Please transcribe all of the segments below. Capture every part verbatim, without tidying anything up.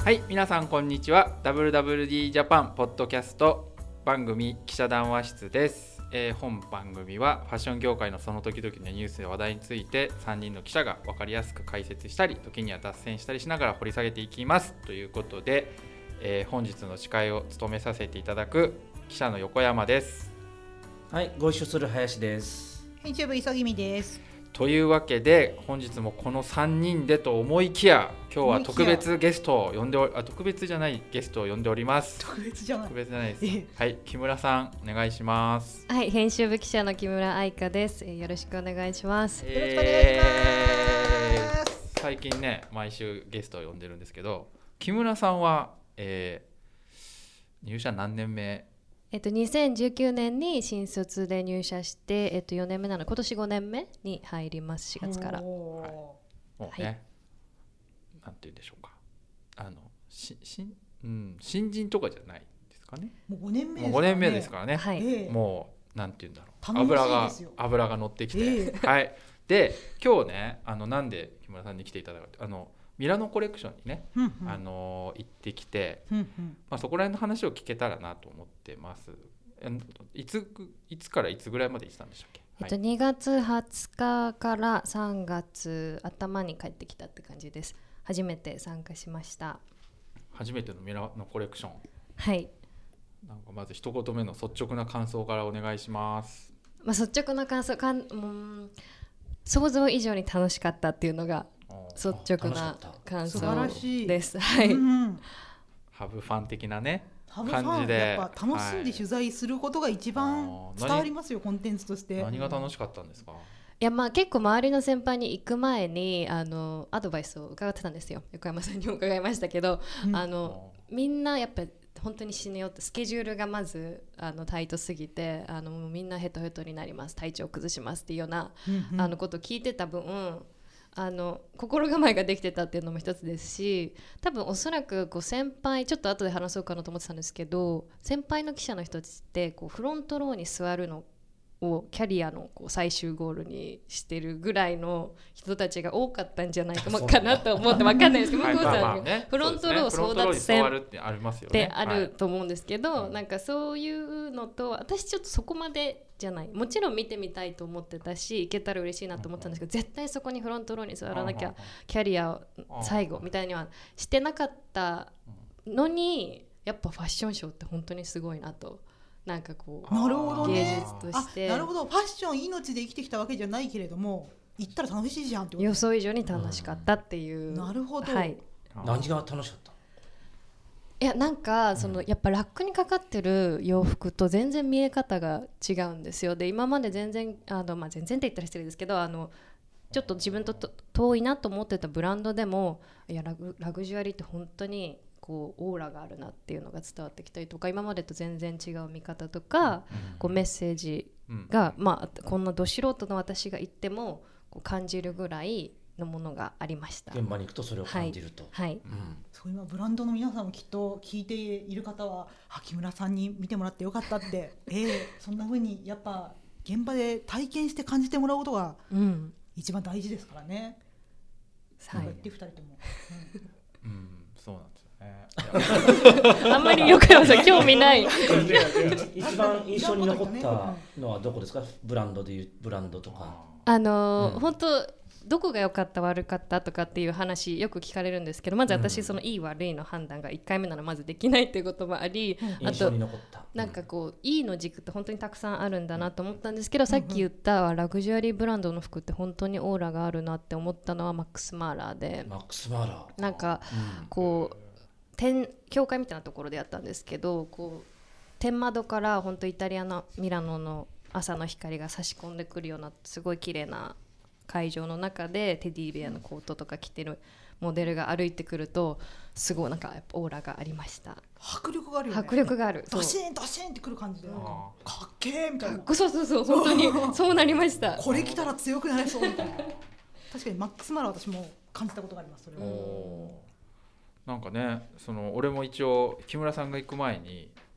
はい、皆さんこんにちは。 ダブリューダブリューディー ジャパンポッドキャスト番組記者談話室です、えー、本番組はファッション業界のその時々のニュースや話題についてさんにんの記者が分かりやすく解説したり、時には脱線したりしながら掘り下げていきますということで、えー、本日の司会を務めさせていただく記者の横山です。 はい、ご一緒する林です。 編集部急ぎみです。 というわけで本日もこのさんにんでと思いきや、今日は特別ゲストを呼んでおあ特別じゃないゲストを呼んでおります。 特別じゃない特別じゃないです。はい、木村さんお願いします。 はい、編集部記者の木村愛香です。よろしくお願いします。 よろしくお願いします、 えー、最近ね毎週ゲストを呼んでるんですけど、木村さんは、えー、入社何年目？ えっと、にせんじゅうきゅうねんに新卒で入社して、えっと、よねんめなので今年ごねんめに入ります。しがつから。はい、 もうね、はい、なんて言うんでしょうか、あのしし、うん、新人とかじゃないですかね。 もうごねんめですからね。 もうごねんめですからね、 はい、 もうなんて言うんだろう、油が油が乗ってきて、えー、はいで今日ね、あのなんで木村さんに来ていただくか、あのミラノコレクションにね、うんうん、あの行ってきて、うんうんまあ、そこら辺の話を聞けたらなと思ってます。いつ、いつからいつぐらいまで行ってたんでしたっけ？ えっと、にがつはつかからさんがつ頭に帰ってきたって感じです。初めて参加しました。 初めてのミラノコレクション。 はい。 なんかまず一言目の率直な感想からお願いします。 まあ、率直な感想かん、うん、想像以上に楽しかったっていうのが率直な感想です。はい、うん、 ハブファン的なねハブファン感じでやっぱ楽しんで取材することが一番伝わりますよ、はい、コンテンツとして。 何が楽しかったんですか？ いやまあ結構周りの先輩に行く前にあのアドバイスを伺ってたんですよ。横山さんにも伺いましたけど、うん、あのみんなやっぱり本当に死ぬよって、スケジュールがまずあのタイトすぎて、あのもうみんなヘトヘトになります、体調崩しますっていうような、うんうん、あのことを聞いてた分、あの心構えができてたっていうのも一つですし、多分おそらくこう先輩、ちょっと後で話そうかなと思ってたんですけど、先輩の記者の人たちってこうフロントローに座るのをキャリアのこう最終ゴールにしてるぐらいの人たちが多かったんじゃないかなと思って、分かんないですけど、向こうさんフロントロー争奪戦ってあると思うんですけど、なんかそういうのと私ちょっとそこまでじゃない、もちろん見てみたいと思ってたし行けたら嬉しいなと思ったんですけど、絶対そこにフロントローに座らなきゃキャリア最後みたいにはしてなかったのに、やっぱファッションショーって本当にすごいなと。なんかこうなるほど、ね、 芸術として、 なるほど、ファッション命で生きてきたわけじゃないけれども行ったら楽しいじゃんってこと、 予想以上に楽しかったっていう、うん、 なるほど、 はい、 何が楽しかった？ いやなんかその、うん、やっぱラックにかかってる洋服と全然見え方が違うんですよ。で今まで全然あの、まあ、全然って言ったら失礼ですけど、あのちょっと自分と遠いなと思ってたブランドでも、いやラグ、ラグジュアリーって本当にこうオーラがあるなっていうのが伝わってきたりとか、今までと全然違う見方とか、うん、こうメッセージが、うんまあ、こんなど素人の私が言ってもこう感じるぐらいのものがありました。 現場に行くとそれを感じると、 はいはいうん、 そう今ブランドの皆さんもきっと聞いている方は、木村さんに見てもらってよかったってえー、そんな風にやっぱ現場で体験して感じてもらうことが一番大事ですからね、うん、なんか言ってふたりとも、 うんうん、そうなんですあんまり横山さん興味ない一番印象に残ったのはどこですか？ブランドでいうブランドとか、 あのーうん、本当どこが良かった悪かったとかっていう話よく聞かれるんですけど、まず私そのいい悪いの判断がいっかいめならまずできないっていうこともあり、 うん、あとなんかこういいの軸って本当にたくさんあるんだなと思ったんですけど、さっき言ったラグジュアリーブランドの服って本当にオーラがあるなって思ったのはマックス・マーラーで、 マックス・マーラーなんかこう天教会みたいなところでやったんですけど、こう天窓から本当イタリアのミラノの朝の光が差し込んでくるようなすごい綺麗な会場の中でテディベアのコートとか着てるモデルが歩いてくると、すごいなんかやっぱオーラがありました。 迫力があるよね。 迫力がある。 ドシーンドシーンってくる感じで、なんかかっけーみたいな。 そうそうそう、本当にそうなりました。 これ着たら強くなれそうみたいな。確かにマックスマラー私も感じたことがあります。それは。 なんかね、その俺も一応木村さんが行く前に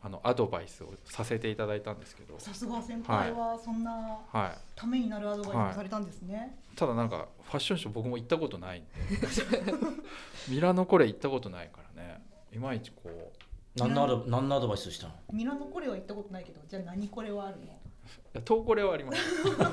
あのアドバイスをさせていただいたんですけど、 さすが先輩はそんなためになるアドバイスをされたんですね、はいはい、 ただなんかファッションショー僕も行ったことないんでミラノコレ行ったことないからね、いまいちこう何のアド、何のアドバイスしたの？ ミラノコレは行ったことないけど、じゃあ何コレはあるの？ いやトーコレはあります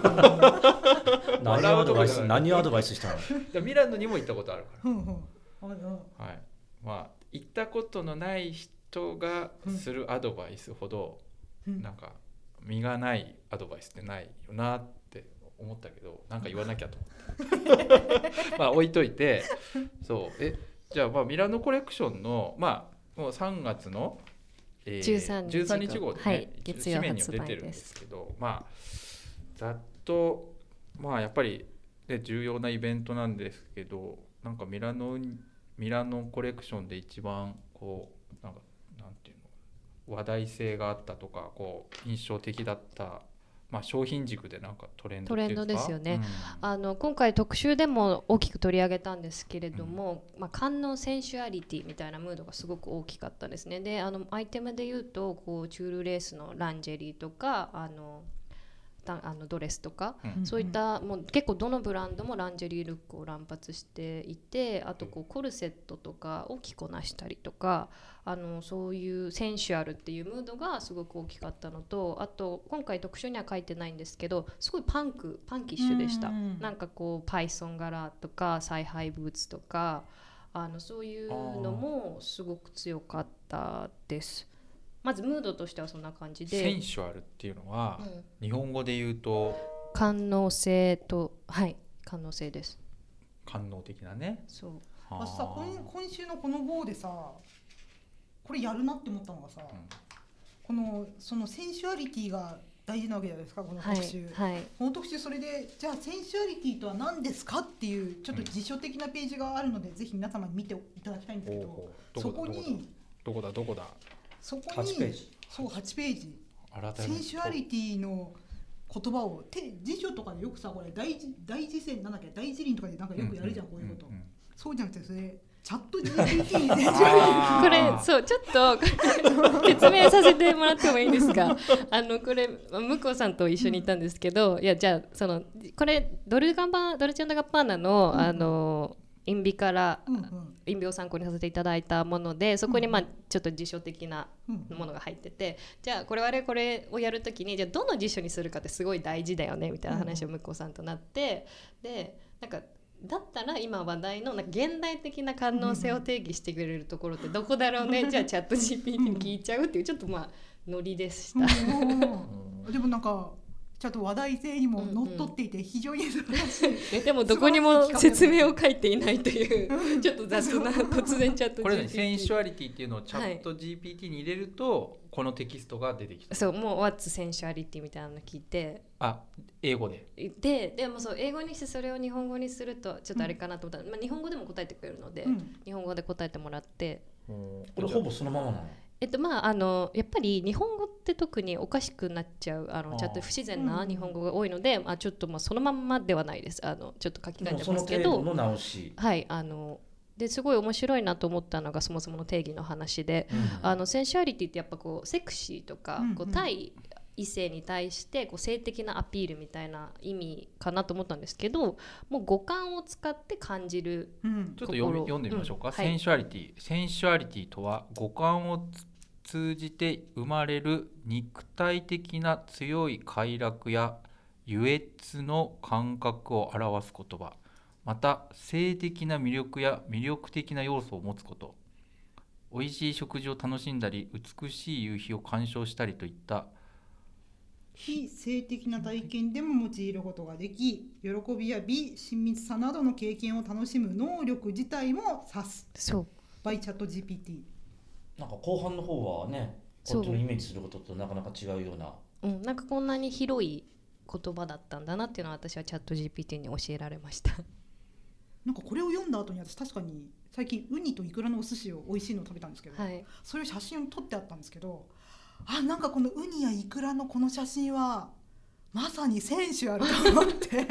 何アドバイス、何アドバイスしたの？ ミラノにも行ったことあるから、 うんうん、はい、 まあ行ったことのない人がするアドバイスほど、うん、なんか身がないアドバイスってないよなって思ったけど、なんか言わなきゃと思ってまあ置いといて、そうえじゃあまあミラノコレクションのまあもうさんがつの、えー、じゅうさんにち号でね、はい、 月曜紙面には出てるんですけど、まあざっとまあやっぱり、ね、重要なイベントなんですけど、なんかミラノミラノコレクションで一番こうなんかなんていうの話題性があったとかこう印象的だった、まあ、商品軸でなんかトレンドっていうかトレンドですよね、うん、あの今回特集でも大きく取り上げたんですけれども、うんまあ、観音センシュアリティみたいなムードがすごく大きかったですね。であのアイテムでいうとこうチュールレースのランジェリーとかあのあのドレスとか、うん、そういったもう結構どのブランドもランジェリールックを乱発していて、あとこうコルセットとかを着こなしたりとか、あのそういうセンシュアルっていうムードがすごく大きかったのと、あと今回特集には書いてないんですけどすごいパンクパンキッシュでした、うん、なんかこうパイソン柄とかサイハイブーツとかあのそういうのもすごく強かったです。まずムードとしてはそんな感じで、 センシュアルっていうのは、うん、日本語で言うと官能性と、はい官能性です。 官能的なね。 そうあさ 今, 今週のこの号でさこれやるなって思ったのがさ、うん、このそのセンシュアリティが大事なわけじゃないですかこの特集、 はいはい、 この特集それでじゃあセンシュアリティとは何ですかっていうちょっと辞書的なページがあるので、うん、ぜひ皆様に見ていただきたいんですけど、どそこにどこだどこだそこにはちページそうはちページセンシュアリティの言葉をて辞書とかでよくさこれ大事大事線なんだっけ大辞林とかでなんかよくやるじゃん、うん、こういうこと、うんうん、そうじゃなくてそれチャット ジーピーティー にこれそうちょっと説明させてもらってもいいですかあのこれ向こうさんと一緒に行ったんですけど、うん、いやじゃあそのこれドルガンバドルチャンダガッパーナの、うん、あの印美から印美を参考にさせていただいたもので、そこにまあちょっと辞書的なものが入ってて、じゃあこれ我々これをやるときにじゃあどの辞書にするかってすごい大事だよねみたいな話を向こうさんとなって、でなんかだったら今話題のなんか現代的な可能性を定義してくれるところってどこだろうねじゃあチャット ジーピーティー に聞いちゃうっていうちょっとまあノリでしたでもなんかちゃんと話題性にものっとっていて非常に素晴らしい、うんうん、でもどこにも説明を書いていないというちょっと雑な突然チャット ジーピーティーこれ、ね、センシュアリティっていうのをチャット ジーピーティー に入れると、はい、このテキストが出てきた。 そうもう What's sensuality みたいなの聞いて、 あ英語でででもそう英語にしてそれを日本語にするとちょっとあれかなと思ったら、うんまあ、日本語でも答えてくれるので、うん、日本語で答えてもらって、 うん、これほぼそのままなの？ えっとまあ、あのやっぱり日本語って特におかしくなっちゃうあのちょっと不自然な日本語が多いので、うん、あちょっとまあそのまんまではないです。あのちょっと書き換えてますけど、 その程度の直し、 はいあのですごい面白いなと思ったのがそもそもの定義の話で、うん、あのセンシュアリティってやっぱこうセクシーとか、うんうん、こう対異性に対してこう性的なアピールみたいな意味かなと思ったんですけど、もう五感を使って感じる、 うん、ちょっと読み読んでみましょうか、うんはい、センシュアリティセンシュアリティとは五感を通じて生まれる肉体的な強い快楽や愉悦の感覚を表す言葉、また性的な魅力や魅力的な要素を持つこと、おいしい食事を楽しんだり美しい夕日を鑑賞したりといった非性的な体験でも用いることができ、喜びや美、親密さなどの経験を楽しむ能力自体も指す。 そう。 by チャット ジーピーティー。 なんか後半の方はね、こっちのイメージすることとなかなか違うような。 うん、なんかこんなに広い言葉だったんだなっていうのは私はチャット ジーピーティー に教えられました。 なんかこれを読んだ後に私確かに最近ウニとイクラのお寿司を美味しいのを食べたんですけど、はい、そういう写真を撮ってあったんですけど、あなんかこのウニやイクラのこの写真はまさにセンシュアルだなって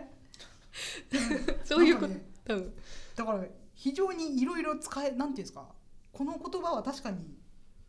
そういうこと、ね、 多分だから非常にいろいろ使えなんていうんですか、この言葉は確かに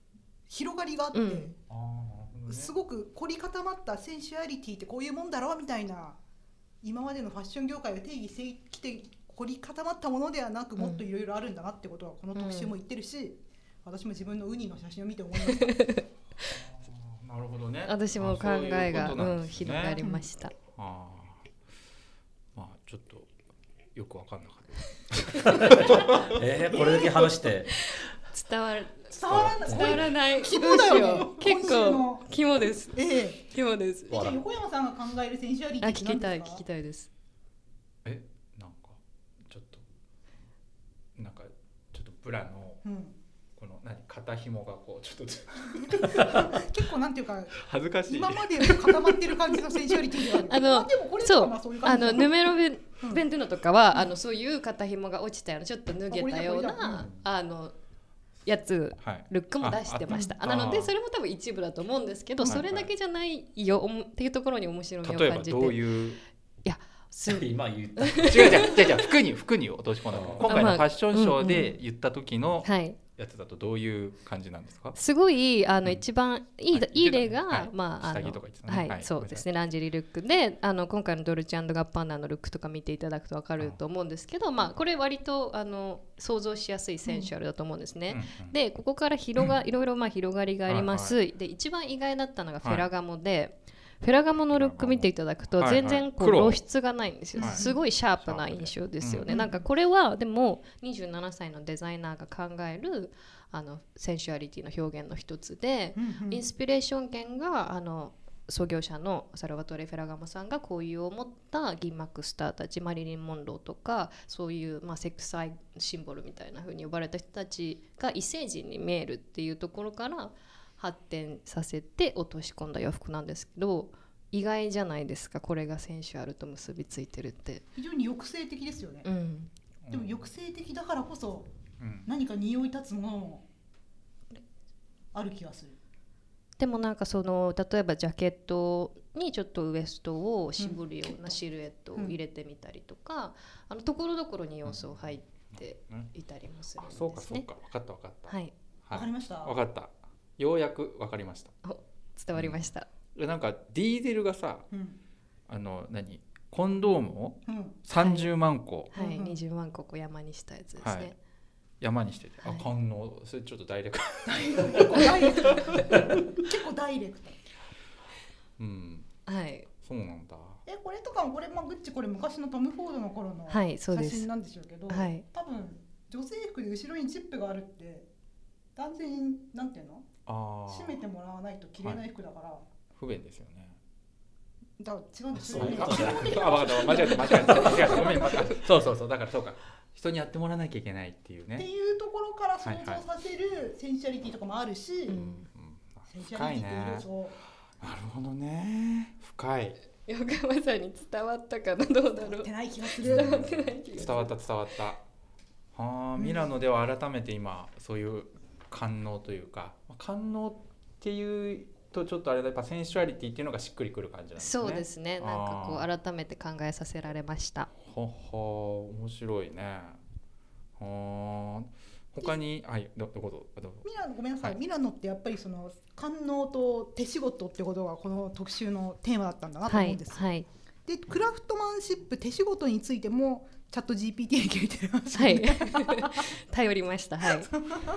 広がりがあって、 うん、 あーなるほどね、 すごく凝り固まったセンシュアリティってこういうもんだろうみたいな、今までのファッション業界を定義してきて凝り固まったものではなく、もっといろいろあるんだなってことはこの特集も言ってるし、うん、私も自分のウニの写真を見て思いましたなるほどね。 私も考えが、 ううね、 うん、広がりました。うん、 あまあちょっとよく分かんなかったえー、これだけ話して伝わる伝わらない伝わらない肝だよね。 結構肝です。 ええ、 肝です。 じゃあ横山さんが考えるセンシュアリティって何ですか？ あ、聞きたい聞きたいです。 えなんかちょっとなんかちょっとブラの、うん、この何肩紐がこうちょっと結構なんていうか恥ずかしい、 今まで固まってる感じのセンシュアリティではある。 あの、 まあ、でもこれとかまあそういう感じ。 あのヌメロベベンドゥノとかは、うん、あのそういう肩紐が落ちたようなちょっと脱げたような、うん、あのやつ、はい、ルックも出してました。あなのでそれも多分一部だと思うんですけど、はいはい、それだけじゃないよっていうところに面白みを感じて。 例えばどういう、 いや今言った違う違う違う違う服に服に落とし込んだ今回のファッションショーで言った時のやつだとどういう感じなんですか？ すごいあの、うん、一番いい、はい、いい例が、はい、まあ、あの下着とか言ってたね、 はい、はい、そうですね、ランジェリールックであの今回のドルチェ&ガッパーナのルックとか見ていただくと分かると思うんですけど、まあ、これ割とあの想像しやすいセンシュアルだと思うんですね、うんうん、でここから広が、うん、いろいろまあ広がりがあります、はいはい、で一番意外だったのがフェラガモで、はい、フェラガモのルック見ていただくと全然こう露出がないんですよ、はい、すごいシャープな印象ですよね、うん、なんかこれはでもにじゅうななさいのデザイナーが考えるあのセンシュアリティの表現の一つで、うんうん、インスピレーション源があの創業者のサルバトレ・フェラガモさんがこういう思った銀幕スターたち、マリリン・モンローとかそういう、まあ、セクサイシンボルみたいな風に呼ばれた人たちが異星人に見えるっていうところから発展させて落とし込んだ洋服なんですけど、意外じゃないですか、これがセンシュアルと結びついてるって。 非常に抑制的ですよね、うん、でも抑制的だからこそ、うん、何か匂い立つものもある気がする。 でもなんかその例えばジャケットにちょっとウエストを絞るようなシルエットを入れてみたりとか、うん、あのところどころに要素入っていたりもするんですね、 うんうん、そうかそうか、分かった分かった、 はい、 分かりました。 分かった、ようやく分かりました。 伝わりました、 うん、なんかディーゼルがさ、うん、あの何コンドームをさんじゅうまんこ、 はいはい、にじゅうまんここ山にしたやつですね、はい、 山にしてて、はい、あ官能それちょっとダイレクト結構ダイレクト結構ダイレクト、 うん、 はい、 そうなんだ。 えこれとかもこれ、まあ、グッチこれ昔のトム・フォードの頃の写真なんでしょうけど、はい、多分女性服で後ろにチップがあるって男性になんていうのあ締めてもらわないと着れない服だから、はい、 不便ですよね。 だから違うんですよね。 あ、分かった、間違えた間違えた間違えたごめん、そうそうそう、だからそうか、人にやってもらわなきゃいけないっていうね。 っていうところから想像させるセンシャリティとかもあるし、はいはい、うん、センシャリティっていう要素、ね、 なるほどね、深い。 横山さんに伝わったかな、どうだろう。 伝わってない気がする。 伝わってない気がする。 伝わった伝わった。はあ、ミラノでは改めて今そういう官能というか、官能っていうとちょっとあれだ、やっぱセンシュアリティっていうのがしっくりくる感じなんですね。 そうですね、なんかこう改めて考えさせられました。 はは、面白いね。は他に、はい、どどこどどこミラノ、ごめんなさい、 はい、 ミラノってやっぱりその官能と手仕事ってことがこの特集のテーマだったんだなと思うんです、 はいはい、 でクラフトマンシップ手仕事についてもチャット ジーピーティー に聞いてましたね、 はい、頼りました、はいこ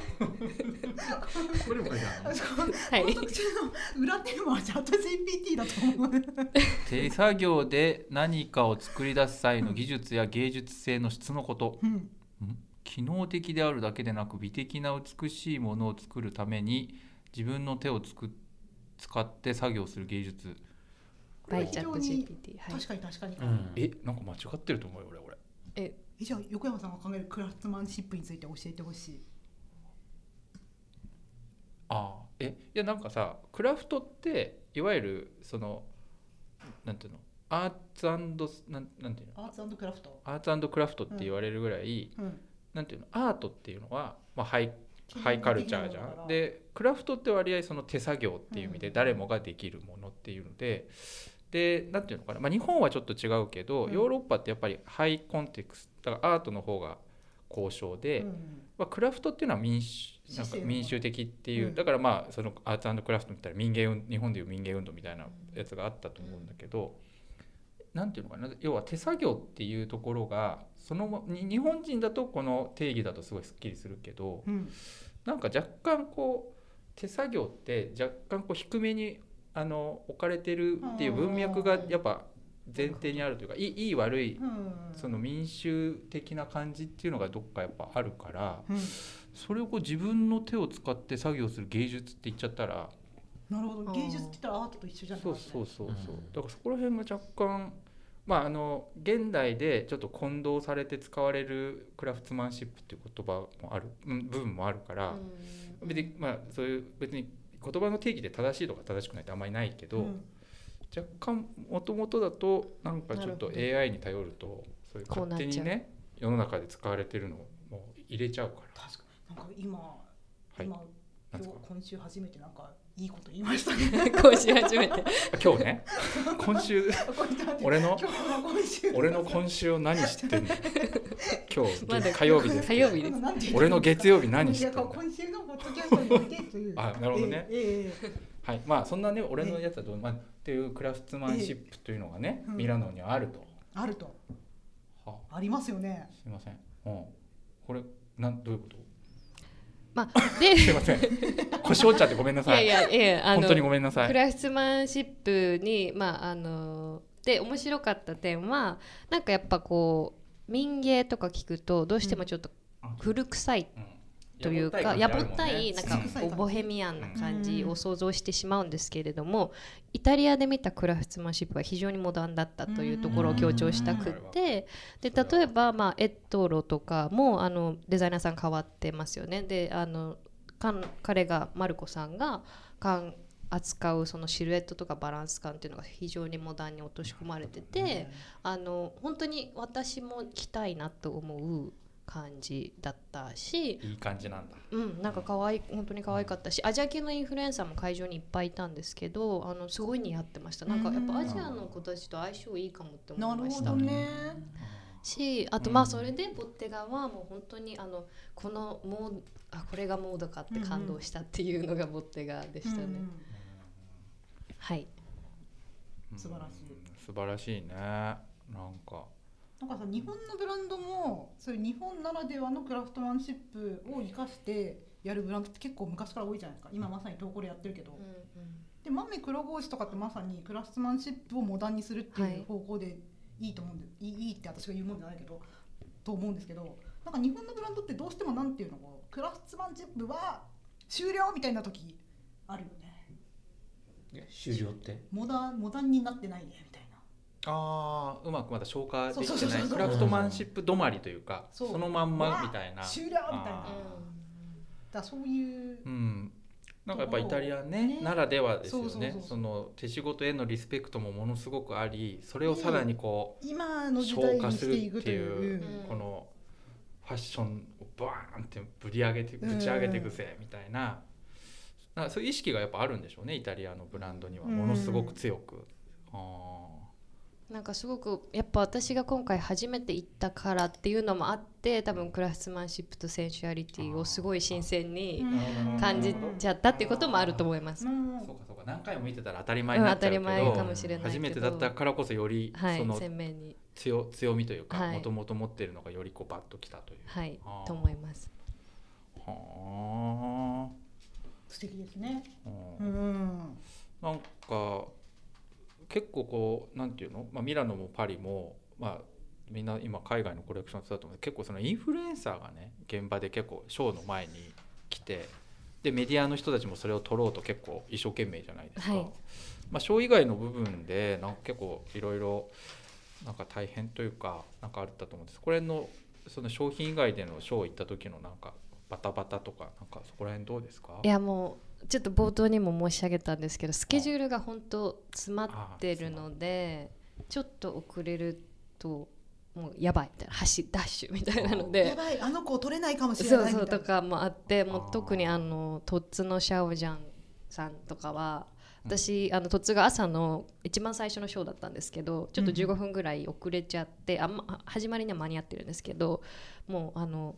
れも書いてあるの、 はい、この特集の裏テーマはチャット ジーピーティー だと思う手作業で何かを作り出す際の技術や芸術性の質のこと、うん、機能的であるだけでなく美的な美しいものを作るために自分の手をつく使って作業する芸術。 これ非常に確かに確かに、うん、 えなんか間違ってると思うよ俺俺えじゃあ横山さんが考えるクラフトマンシップについて教えてほしい。 ああえいやなんかさクラフトっていわゆるそのなんていうのアーツアンドなんなんていうのアーツアンドクラフトアーツアンドクラフトって言われるぐらい、うんうん、なんていうのアートっていうのは、まあ、ハイハイカルチャーじゃん。でクラフトって割合その手作業っていう意味で誰もができるものっていうので、でなんていうのかな、まあ、日本はちょっと違うけど、うん、ヨーロッパってやっぱりハイコンテクストだからアートの方が高尚で、うんまあ、クラフトっていうのは民主なんか民衆的っていう、 うん、 だからまあそのアーツ&クラフトみたいな民芸運日本でいう民芸運動みたいなやつがあったと思うんだけど、なんていうのかな、要は手作業っていうところがその日本人だとこの定義だとすごいすっきりするけど、うん、なんか若干こう手作業って若干こう低めにあの置かれてるっていう文脈がやっぱ前提にあるというか、いい、いい悪いその民衆的な感じっていうのがどっかやっぱあるから、うん、それをこう自分の手を使って作業する芸術って言っちゃったら、 なるほど、芸術って言ったらアートと一緒じゃないですか、 ね、そうそうそうそう、うん、だからそこら辺が若干まああの現代でちょっと混同されて使われるクラフトマンシップっていう言葉もある部分もあるから、うん、別にまあそういう別に言葉の定義で正しいとか正しくないってあんまりないけど、うん、若干もともとだとなんかちょっと エーアイ に頼るとそういう勝手にね世の中で使われてるのをもう入れちゃうから。 確かになんか今、はい、今今日今週初めてなんかいいこと言いましたね今週初めて今日ね今週俺の俺の今週を何知ってんの今日、ま、火曜日です火曜日です俺の月曜日何知ってんの今週のポッドキャストに見てというあ、なるほどね、えーえー、はい、まあそんなね俺のやつだと、まあ、っていうクラフトマンシップというのがね、えーうん、ミラノにはあるとあるとはありますよね。 すいません、うん、これなんどういうこと？ まあ、ですいません腰折っちゃってごめんなさい。 いやいやいやあの本当にごめんなさい。 クラフトマンシップにまああので面白かった点はなんかやっぱこう民芸とか聞くとどうしてもちょっと古臭いというか、うん、やぼったいなんかボヘミアンな感じを想像してしまうんですけれども、イタリアで見たクラフトマンシップは非常にモダンだったというところを強調したくって、で例えば、まあ、エットロとかもあのデザイナーさん変わってますよね。であの彼がマルコさんが扱うそのシルエットとかバランス感っていうのが非常にモダンに落とし込まれてて、あの本当に私も着たいなと思う感じだったし、 いい感じなんだ。 うん、なんか可愛い本当に可愛かったし、アジア系のインフルエンサーも会場にいっぱいいたんですけど、あのすごい似合ってました。なんかやっぱアジアの子たちと相性いいかもって思いました。 なるほどね。 し、あとまあそれでボッテガはもう本当にあのこのモーあこれがモードかって感動したっていうのがボッテガでしたね。うんうん、はい。 素晴らしい。 素晴らしいね。なんか。 なんかさ、日本のブランドもそういう日本ならではのクラフトマンシップを生かしてやるブランドって結構昔から多いじゃないですか。今まさに投稿でやってるけど、うんうん、で豆黒帽子とかってまさにクラフトマンシップをモダンにするっていう方向でいいと思うんで、はい、いいって私が言うもんじゃないけどと思うんですけど、なんか日本のブランドってどうしてもなんていうのクラフトマンシップは終了みたいな時あるよね。 終了ってモダンモダンになってないねみたいな。 あうまくまだ消化できてないクラフトマンシップ止まりというか、そ, そのまんまみたいな終了みたいな、だそういう、 うん、なんかやっぱイタリア、ねね、ならではですよね。その手仕事へのリスペクトもものすごくあり、それをさらにこう、ね、 今の時代にしていくという、 うん、このファッションをバーンってぶり上げてぶち上げていくぜみたいな、なんかそういう意識がやっぱあるんでしょうね、イタリアのブランドにはものすごく強く、うん、あなんかすごくやっぱ私が今回初めて行ったからっていうのもあって、多分クラフトマンシップとセンシュアリティをすごい新鮮に感じちゃったっていうこともあると思います。 そうかそうか、何回も見てたら当たり前になっちゃうけど、うん、当たり前かもしれないけど初めてだったからこそよりその、はい、鮮明に 強, 強みというかもともと持っているのがよりこうバッときたという、 はいと思います。 はあ、素敵ですね。 うん、なんか結構こうなんていうの、まあ、ミラノもパリも、まあ、みんな今海外のコレクションだと思うけど、結構そのインフルエンサーがね現場で結構ショーの前に来て、でメディアの人たちもそれを撮ろうと結構一生懸命じゃないですか、はい、まあ、ショー以外の部分でなんか結構いろいろなんか大変というかなんかあったと思うんです。これのその商品以外でのショー行った時のなんかバタバタとかなんかそこら辺どうですか？ いやもうちょっと冒頭にも申し上げたんですけど、スケジュールが本当詰まってるのでちょっと遅れるともうやばいみたいな、走ダッシュみたいなので、 やばいあの子取れないかもしれないみたいな、 そうそうとかもあって、もう特にあのトッツのシャオジャンさんとかは私あのトッツが朝の一番最初のショーだったんですけど、ちょっとじゅうごふんぐらい遅れちゃって、うん、あんま始まりには間に合ってるんですけど、もうあの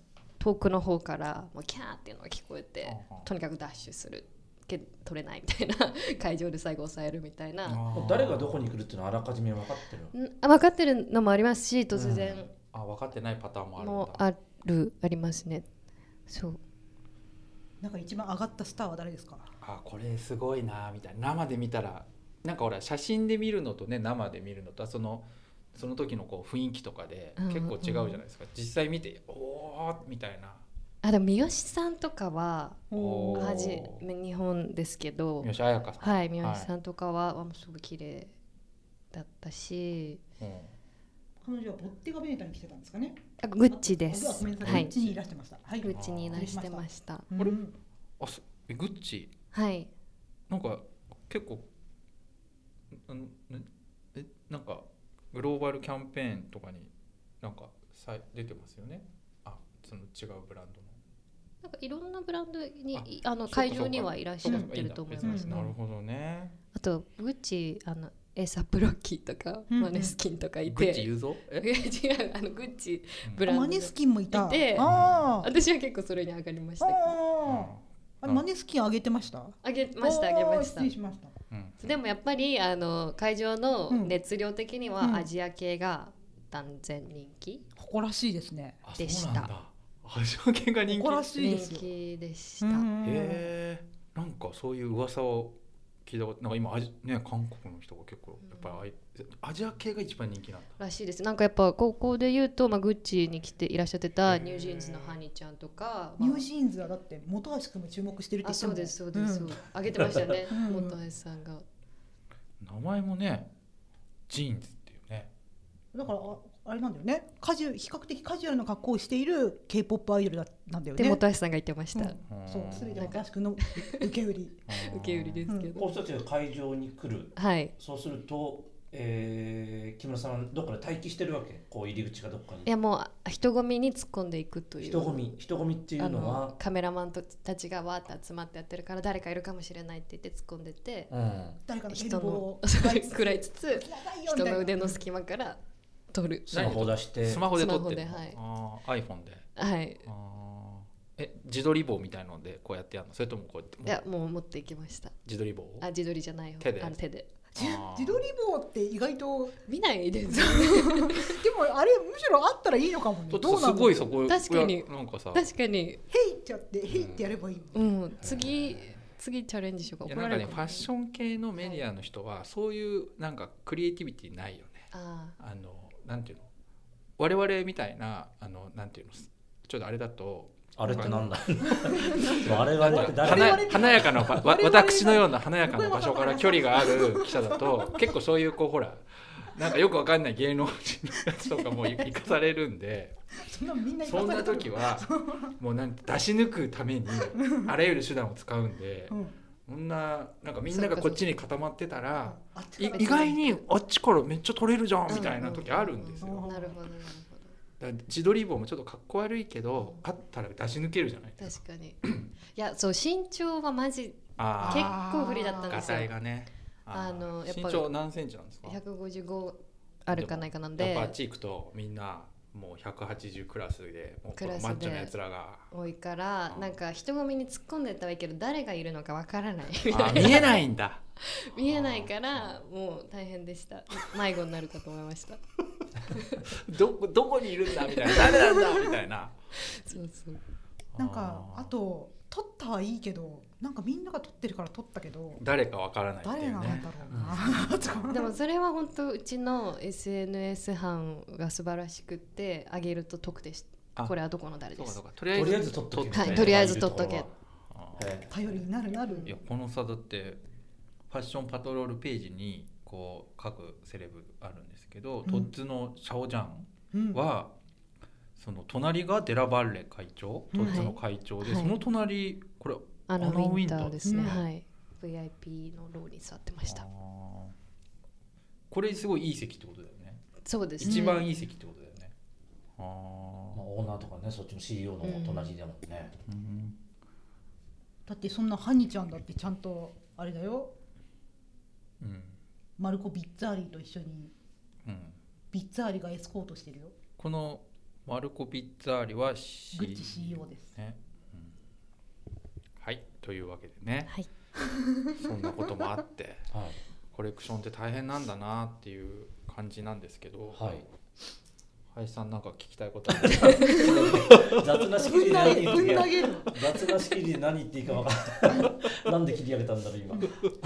遠くの方からもうキャーっていうのが聞こえて、とにかくダッシュするけど取れないみたいな会場で最後抑えるみたいな。 誰がどこに来るっていうのはあらかじめ分かってるん分かってるのもありますし、突然、うん、 あ分かってないパターンもあるんだ。 もあるありますね。そう。 なんか一番上がったスターは誰ですか？ あこれすごいなみたいな。生で見たらなんかほら写真で見るのとね生で見るのとはそのその時のこう雰囲気とかで結構違うじゃないですか、うんうん、実際見ておーみたいな。 あでも三好さんとかははじ日本ですけど、 三好彩香さん、 はい三好さんとかは、はい、すごい綺麗だったし、うん、 彼女はボッテガベネタに来てたんですかね。 あグッチです。 ごめんなさい、グッチにいらしてました。 はい、グッチにいらしてました。あれ、うん、あえグッチはいなんか結構あのえなんかグローバルキャンペーンとかになんかさ出てますよね。あその違うブランドのなんかいろんなブランドに あ, あの会場にはいらっしゃってると思います。 なるほどね。 あとグッチあのエーサップロッキーとか、うんうん、マネスキンとかいて、 グッチ言うぞえ違うあのグッチブランドマネスキンもいたいて、あ私は結構それに上がりましたけど、 あマネスキン上げてました？ 上げました上げました。 失礼しました。 うん、でもやっぱりあの会場の熱量的にはアジア系が断然人気、 うん、誇らしいですね。 でした。 アジア系が人気。 誇らしいですよ。 人気でした。 へえ。なんかそういう噂を聞いたことなんか今アジ、ね、韓国の人が結構やっぱりアジア系が一番人気なんだらしいです。なんかやっぱ高校で言うと、まあ、グッチに来ていらっしゃってたニュージーンズのハニーちゃんとか、 ニュージーンズはだって本橋君も注目してるって言っても、 あそうですそうです、うん、上げてましたね本橋さんが。 名前もねジーンズっていうね。 だからあれなんだよね、カジュ比較的カジュアルな格好をしている K-ポップ アイドルなんだよね。 で本橋さんが言ってました、うん、 そう全て本橋君の受け売り受け売りですけど、 こう人たちが会場に来る、 はい、 そうすると、えー、木村さんはどこかで待機してるわけ？こう入り口がどこかに。 いやもう人混みに突っ込んでいくという。 人混み人混みっていうのはカメラマンたちがわーって集まってやってるから誰かいるかもしれないって言って突っ込んでて、うん、 誰かの人の食らいつつ人の腕の隙間から撮る。 スマホ出してスマホで撮ってる、 はい、 あ iPhone で、 はい、 あえ自撮り棒みたいのでこうやってやるの？それともこうやって？ いやもう持っていきました。 自撮り棒？ あ自撮りじゃないよ、 手で。 あの手で。 自撮り棒って意外と見ないですでもあれむしろあったらいいのかもね。 どうなんすごいそこ確かになんかさ確かにヘイってやってヘイってやればいい、 うん、うん、次次チャレンジしようか。 いやなんかねファッション系のメディアの人はそういうなんかクリエイティビティないよね。 ああのなんていうの我々みたいなあのなんていうのちょっとあれだとあれってなんだ我々って誰？ 華やかな私のような華やかな場所から距離がある記者だと結構そういうこうほらなんかよくわかんない芸能人のやつとかも生かされるんでそんなみんなそんな時はもうなんて出し抜くためにあらゆる手段を使うんで、うん、そんななんかみんながこっちに固まってたら意外にあっちからめっちゃ撮れるじゃんみたいな時あるんですよ。 なるほどなるほど。 だ自撮り棒もちょっとかっこ悪いけど、うん、あったら出し抜けるじゃないですか。確かにいやそう身長はマジ結構不利だったんですよ。 ガタイがね。 あのやっぱ身長何センチなんですか？ ひゃくごじゅうごあるかないかなんで、 やっぱあっち行くとみんなもうひゃくはちじゅうクラスでもうこのマッチョなやつらが多いから、うん、なんか人混みに突っ込んでったらいいけど誰がいるのかわからないあ見えないんだ見えないからもう大変でした。迷子になるかと思いましたど, どこにいるんだみたいな誰なんだみたいなそうそうなんかあと撮ったはいいけどなんかみんなが撮ってるから撮ったけど誰かわからないっていうね。 誰なんだろうな、 でもそれは本当うちの エスエヌエス 班が素晴らしくってあげると得でしこれはどこの誰です。 そうかそうかとりあえず撮っとけ、 はい、とりあえず撮っとけ頼りになるなる。 いやこのさだってファッションパトロールページにこう各セレブあるんですけど、うん、トッツのシャオジャンは、うん、その隣がデラバッレ会長、トッツの会長で、はい、その隣これアナ・ウィンターですね、うん、はい、ブイアイピー のローに座ってました。 これすごいいい席ってことだよね。 そうですね、 一番いい席ってことだよね。 あ、まあ、オーナーとかねそっちの シーイーオー の隣でもね、うんうん、 だってそんなハニちゃんだってちゃんとあれだよ、うん、マルコ・ビッツァーリと一緒に、うん、ビッツァーリがエスコートしてるよ。 このマルコ・ピッツァーリは C グッチ シーイーオー です、 ね、うん、はいというわけでね、 はい、 そんなこともあって、 はい、 コレクションって大変なんだなっていう感じなんですけど、 はい、 林さんなんか聞きたいことある雑な仕切りで何言っていいかげる雑な仕切りで何言っていいか分からないなんで切り上げたんだろう今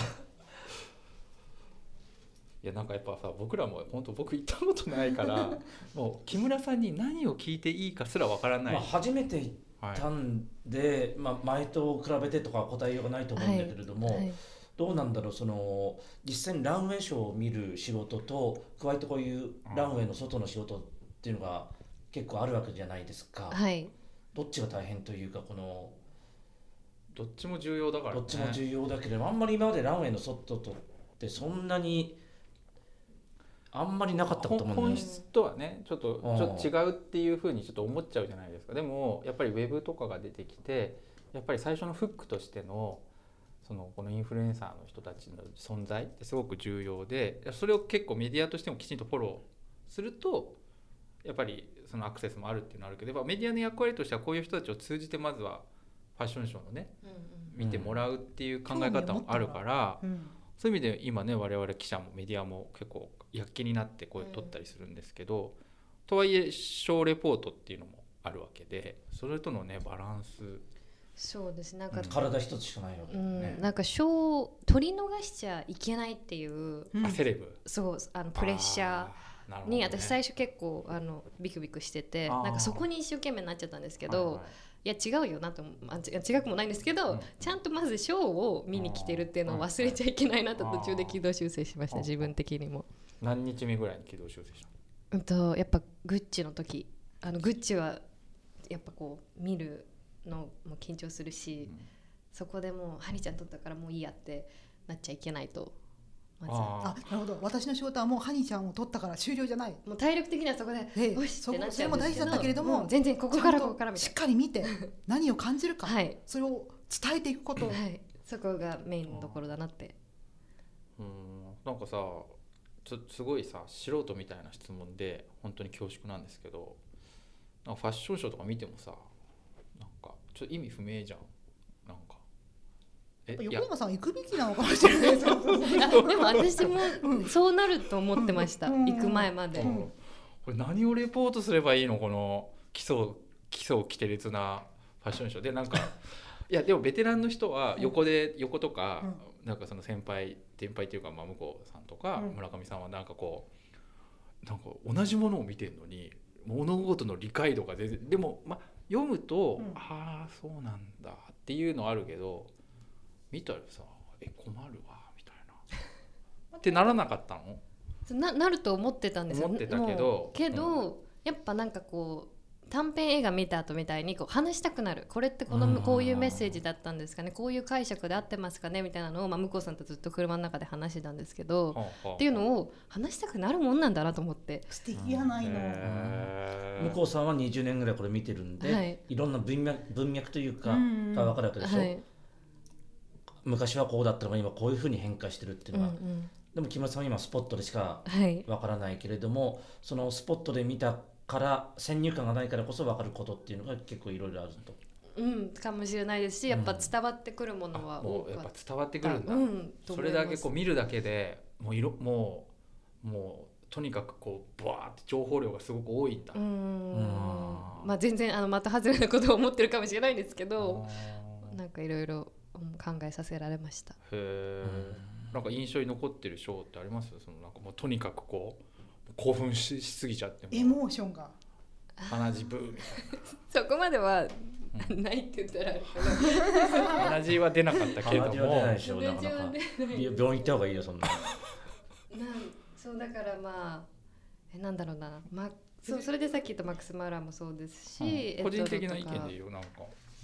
いやなんかやっぱさ僕らも本当僕行ったことないからもう木村さんに何を聞いていいかすらわからない、 まあ、初めて行ったんで、はい、まあ、前と比べてとか答えようがないと思うんだけれども、はいはい、どうなんだろう、その実際にランウェイショーを見る仕事と加えてこういうランウェイの外の仕事っていうのが結構あるわけじゃないですか、 はい、 どっちが大変というか、このどっちも重要だからね。 どっちも重要だけど、あんまり今までランウェイの外とってそんなにあんまりなかったことも本質とはねちょっとちょっと違うっていうふうにちょっと思っちゃうじゃないですか。でもやっぱりウェブとかが出てきて、やっぱり最初のフックとしてのそのこのインフルエンサーの人たちの存在ってすごく重要で、それを結構メディアとしてもきちんとフォローするとやっぱりそのアクセスもあるっていうのはあるけど、メディアの役割としてはこういう人たちを通じてまずはファッションショーのね、うんうん、見てもらうっていう考え方もあるから、うん、そういう意味で今ね我々記者もメディアも結構躍起になってこう撮ったりするんですけど、うん、とはいえショーレポートっていうのもあるわけで、それとのねバランス、 そうです、なんか、 うん、体一つしかないわけだよね、 うん、なんかショーを取り逃しちゃいけないっていう、 うん、あセレブ、 そう、あのプレッシャーに、ね、私最初結構あのビクビクしてて、なんかそこに一生懸命になっちゃったんですけど、はいはい、いや違うよなと、あ違くもないんですけど、うん、ちゃんとまずショーを見に来てるっていうのを忘れちゃいけないなと途中で軌道修正しました、自分的にも。 何日目ぐらいに軌道修正したの？ うんとやっぱグッチの時、あのグッチはやっぱこう見るのも緊張するし、うん、そこでもうハニちゃん撮ったからもういいやってなっちゃいけないと。まずああ、なるほど、私の仕事はもうハニちゃんを撮ったから終了じゃない、 もう体力的にはそこで、 ええ、よしってなっちゃうんですけど、それも大事だったけれども、 全然ここからここからみたいな、 しっかり見て何を感じるか、 はい、 それを伝えていくこと、はい、 そこがメインのところだなって。 うん、なんかさちょすごいさ素人みたいな質問で本当に恐縮なんですけど、なんかファッションショーとか見てもさ、なんかちょっと意味不明じゃん。なんかえ横山さん行くべきなのかもしれないでも私もそうなると思ってました、うん、行く前まで、うん、 これ何をレポートすればいいの、この基礎基礎規定列なファッションショーで、なんかいやでもベテランの人は横で、うん、横とか、うん、なんかその先輩先輩っていうか、まあ向こうさんとか村上さんはなんかこうなんか同じものを見てるのに物事の理解度が全然、でも、まあ、読むと、うん、ああそうなんだっていうのあるけど、見たらさえ困るわみたいなってならなかったの？ な, なると思ってたんですよ。 思ってたけどけど、うん、やっぱなんかこう短編映画見た後みたいにこう話したくなる、これってこのこういうメッセージだったんですかね、こういう解釈で合ってますかねみたいなのを、まあ、向こうさんとずっと車の中で話してたんですけど、はあはあ、っていうのを話したくなるもんなんだなと思って。 素敵やないの。 向こうさんはにじゅうねんぐらいこれ見てるんで、はい、いろんな文脈、文脈というかが分かるわけでしょ、はい、昔はこうだったのが今こういうふうに変化してるっていうのは、うんうん、でも木村さんは今スポットでしか分からないけれども、はい、そのスポットで見たから先入観がないからこそ分かることっていうのが結構いろいろあると、 うん、かもしれないですし、やっぱ伝わってくるものは多く、うん、やっぱ伝わってくるんだ、うん、それだけこう見るだけでもう色もうもうとにかくこうバーって情報量がすごく多いんだ。うーん、 まあ全然あのまた外れなことを思ってるかもしれないんですけど、なんかいろいろ考えさせられました。へえ、なんか印象に残ってるショーってあります？そのなんかもうとにかくこう興奮 し, しすぎちゃってエモーションが鼻血ブーみたいなそこまでは、うん、ないって言ったらあるけど鼻血は出なかったけれども、鼻血は出ないでしょ、なかなか病院行った方がいいよそんななんそうだからまあえなんだろうな、ま、そ, それでさっき言ったマックス・マーラーもそうですし、 うん、個人的な意見で言うなんか、うん、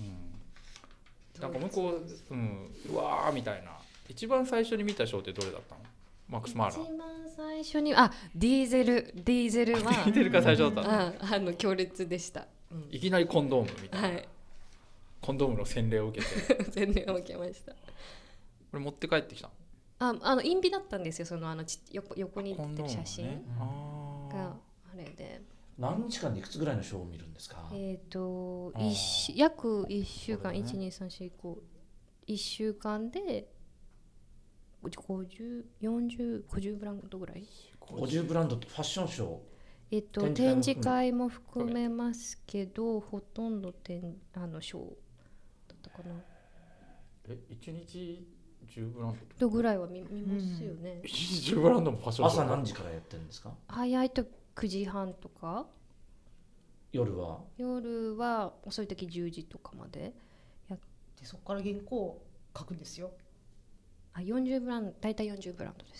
なんか向こう、うん、うわーみたいな。一番最初に見たショーってどれだったの？マックス・マーラー。 一番最初にあディーゼルディーゼルはディーゼルが最初だったの、 うん、あの強烈でした、うん、 いきなりコンドームみたいな、はい、コンドームの洗礼を受けて洗礼を受けました。これ持って帰ってきたの？ ああのインビだったんですよ、そのあのち 横, 横に出てる写真があれで、 何日間でいくつぐらいのショーを見るんですか？ えっ、ー、と約いっしゅうかん、ね、いち、に、さん、よん、ごいっしゅうかんでごじゅう、よんじゅう、ごじゅうブランドぐらい。 ごじゅうブランドってファッションショー、 えっと、展示会も含めますけど、ほとんど展あのショーだったかな。 え、一日じゅうブランドとぐらいは 見, 見ますよね。 一日じゅうブランドもファッションショー。 朝何時からやってるんですか？ 早いとくじはんとか。 夜は夜は遅い時じゅうじとかまでやって、 そこから原稿を書くんですよ。 あ、よんじゅうブランド、大体よんじゅうブランドです。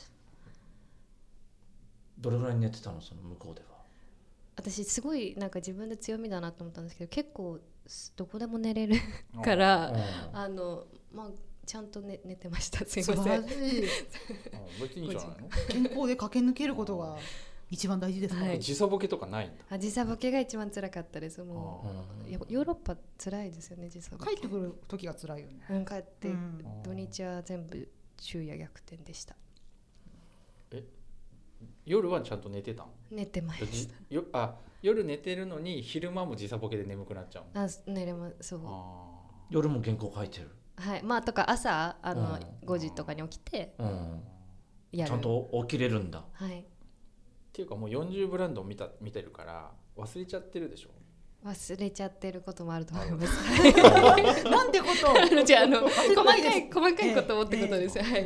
どれぐらい寝てたの、その向こうでは？ 私すごいなんか自分で強みだなと思ったんですけど、結構どこでも寝れるからあの、まあ、ちゃんと 寝, 寝てました。すいません。 別にいいんじゃないの？ 原稿で駆け抜けることが一番大事ですから、 はい、 時差ボケとかないんだ。 あ、時差ボケが一番辛かったです。もうヨーロッパ辛いですよね、時差ボケ。 帰ってくる時が辛いよね。 うん、帰って、うん、土日は全部昼夜逆転でした。 え、夜はちゃんと寝てたの？ 寝てました。 よあ、夜寝てるのに昼間も時差ボケで眠くなっちゃうの？ あ、寝れます。そう。 あ、夜も原稿書いてる？ はい、まあとか朝あの、うん、ごじとかに起きて、うん、 やる。ちゃんと起きれるんだ。 はい。 っていうかもうよんじゅうブランドを 見, た見てるから忘れちゃってるでしょ？ 忘れちゃってることもあると思います。 なんてことじゃあ、あの細かい細かいことをってことです。えー、はい。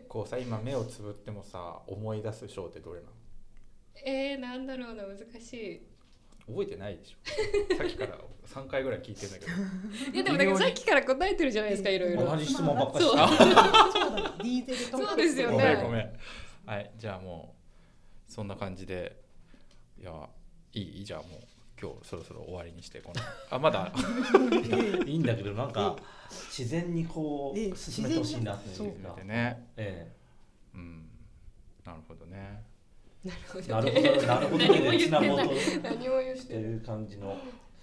こうさ、今目をつぶってもさ思い出すショーってどれなの？ えー、なんだろうな、難しい。 覚えてないでしょ？さっきからさんかいぐらい聞いてるんだけど。 いやでもなんかさっきから答えてるじゃないですか、いろいろ。 同じ質問ばっかりして。 そうですよね。 ごめんごめん。はい、じゃあもうそんな感じで、いやいいじゃあもう今日そろそろ終わりにして、このあまだいいんだけど、なんか自然にこう進めてほしいなっていうかね。 ええ、 うん、なるほどね。 なるほどなるほどなるほどね。つなごうとしてる感じの。